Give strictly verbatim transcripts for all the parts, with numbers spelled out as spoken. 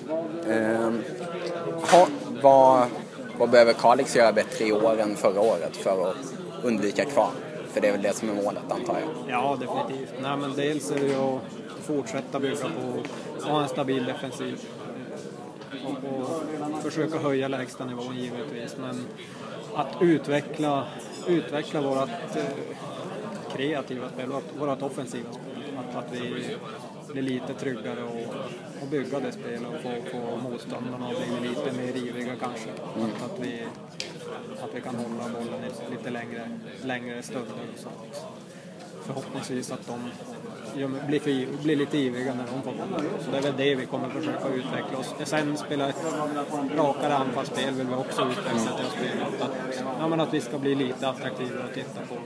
Eh, ha, vad, vad behöver Kalix göra bättre i år än förra året för att undvika kvar? För det är väl det som är målet, antar jag. Ja, definitivt. Nej, men dels är det ju att fortsätta bygga på ha en stabil defensiv och, och försöka höja lägsta nivån givetvis. Men att utveckla, utveckla vårt eh, kreativa spel, vårt offensiva spel. Att, att vi blir lite tryggare och, och bygga det spelet och få, få motståndarna att bli lite mer ivriga kanske. Mm. Att, att, vi, att vi kan hålla bollen lite längre, längre stunder och så. Förhoppningsvis att de blir, för, blir lite ivriga när de får bollen. Så det är väl det vi kommer försöka utveckla oss. Sen spela ett rakare anfallsspel vill vi också utveckla till spelet. Att, ja, men att vi ska bli lite attraktiva att titta på.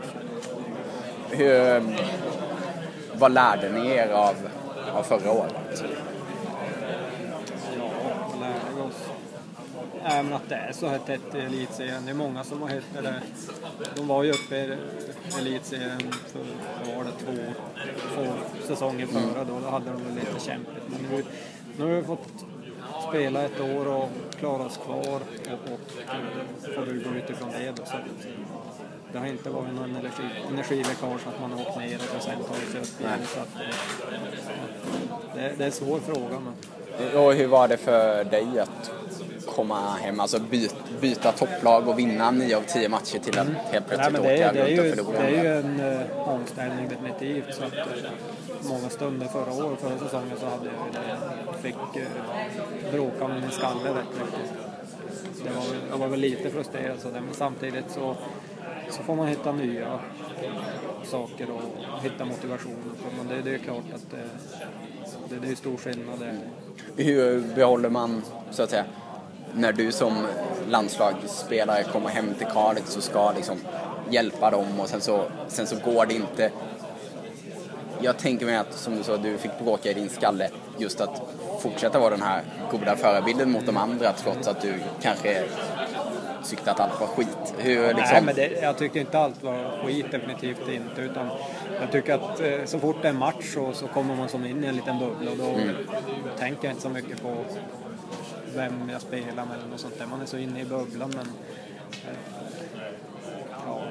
Hur, vad lärde ni er av, av förra året? Ja, vad lärde vi oss? Ja, men att det är så här tätt i elitserien. Det är många som har hett det. De var ju uppe i elitserien för var det två, två säsonger förra. Då, då hade de väl lite kämpigt. Men nu, nu har vi fått spela ett år och klara oss kvar och, och får vi gå utifrån det då. Så det har inte varit någon energi, energiläckage att man har åkt ner och sen tagit sig upp igen. Så att, det, det är en svår fråga. Men... Och hur var det för dig att komma hem, alltså byta, byta topplag och vinna nio av tio matcher till att helt plötsligt Nej, det, är, åka det, är runt ju, och förlora? Det är ju en uh, omställning definitivt. Så att, uh, många stunder förra året, förra säsongen så hade jag uh, fick uh, bråka med min skalle rätt mycket. Det var, jag var väl lite frustrerad så där, men samtidigt så så får man hitta nya saker och hitta motivation. Men det, det är klart att det, det, det är stor skillnad där. Hur behåller man, så att säga, när du som landslagsspelare kommer hem till Kalix och ska liksom hjälpa dem och sen så, sen så går det inte. Jag tänker mig att, som du sa, du fick bråka i din skalle, just att fortsätta vara den här goda förebilden mot de andra trots att du kanske tyckte att allt var skit. Hur, liksom... Nej, men det, jag tycker inte allt var skit, definitivt inte. Utan jag tycker att eh, så fort det är en match så, så kommer man som in i en liten bubbla och då mm. tänker jag inte så mycket på vem jag spelar med eller något sånt där. Man är så inne i bubblan, men eh, ja.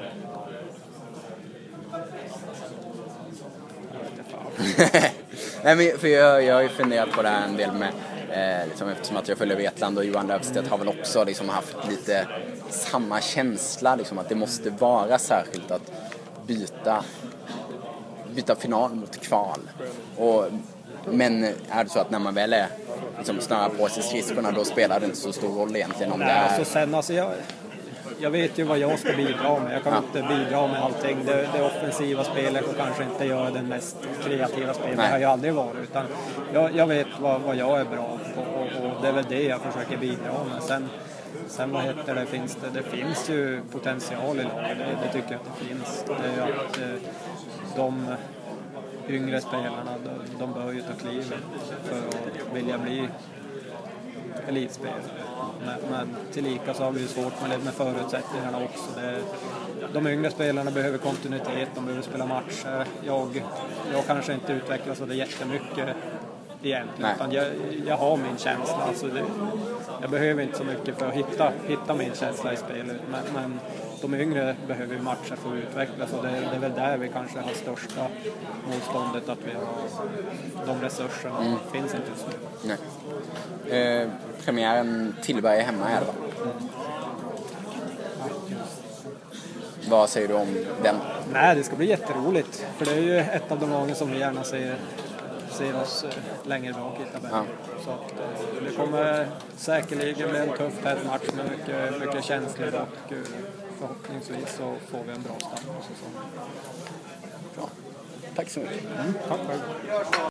Nej, men för jag, jag har ju funderat på det här en del med eh, liksom, eftersom att jag följer Vetland och Johan Löfstedt har väl också liksom haft lite samma känsla liksom, att det måste vara särskilt att byta byta final mot kval. Och, men är det så att när man väl är liksom, snarare på sig skridskorna, då spelar det inte så stor roll egentligen om Nej, det är... Alltså sen, alltså jag, jag vet ju vad jag ska bidra med. Jag kan ja. inte bidra med allting. Det, det offensiva spelet och kanske inte göra den mest kreativa spelet. Det har jag aldrig varit. Utan jag, jag vet vad, vad jag är bra på och, och det är väl det jag försöker bidra med. Sen, sen vad heter det, finns det? Det finns ju potential i laget. Det, det tycker jag att det finns. Det är ju att eh, de yngre spelarna, de, de bör ju ta klivet för att vilja bli elitspelare. Men, men tillika så har vi ju svårt med, med förutsättningarna också. Det, de yngre spelarna behöver kontinuitet, de behöver spela matcher. Jag, jag kanske inte utvecklas så det jättemycket egentligen, utan jag, jag har min känsla. Alltså det, jag behöver inte så mycket för att hitta, hitta min känsla i spelet. Men, men de yngre behöver matcher för att utvecklas och det, det är väl där vi kanske har största motståndet, att vi har de resurserna mm. finns inte just nu. Nej. Eh, premiären Tillberg är hemma här då. Mm. Vad säger du om den? Nej, det ska bli jätteroligt. För det är ju ett av de lagen som vi gärna ser, ser oss eh, längre bak i tabellen. Ja. Så att, eh, det kommer säkerligen bli en tuff tät match med mycket, mycket känslor och eh, förhoppningsvis så får vi en bra start på säsongen. Bra. Tack så mycket. Mm, tack själv.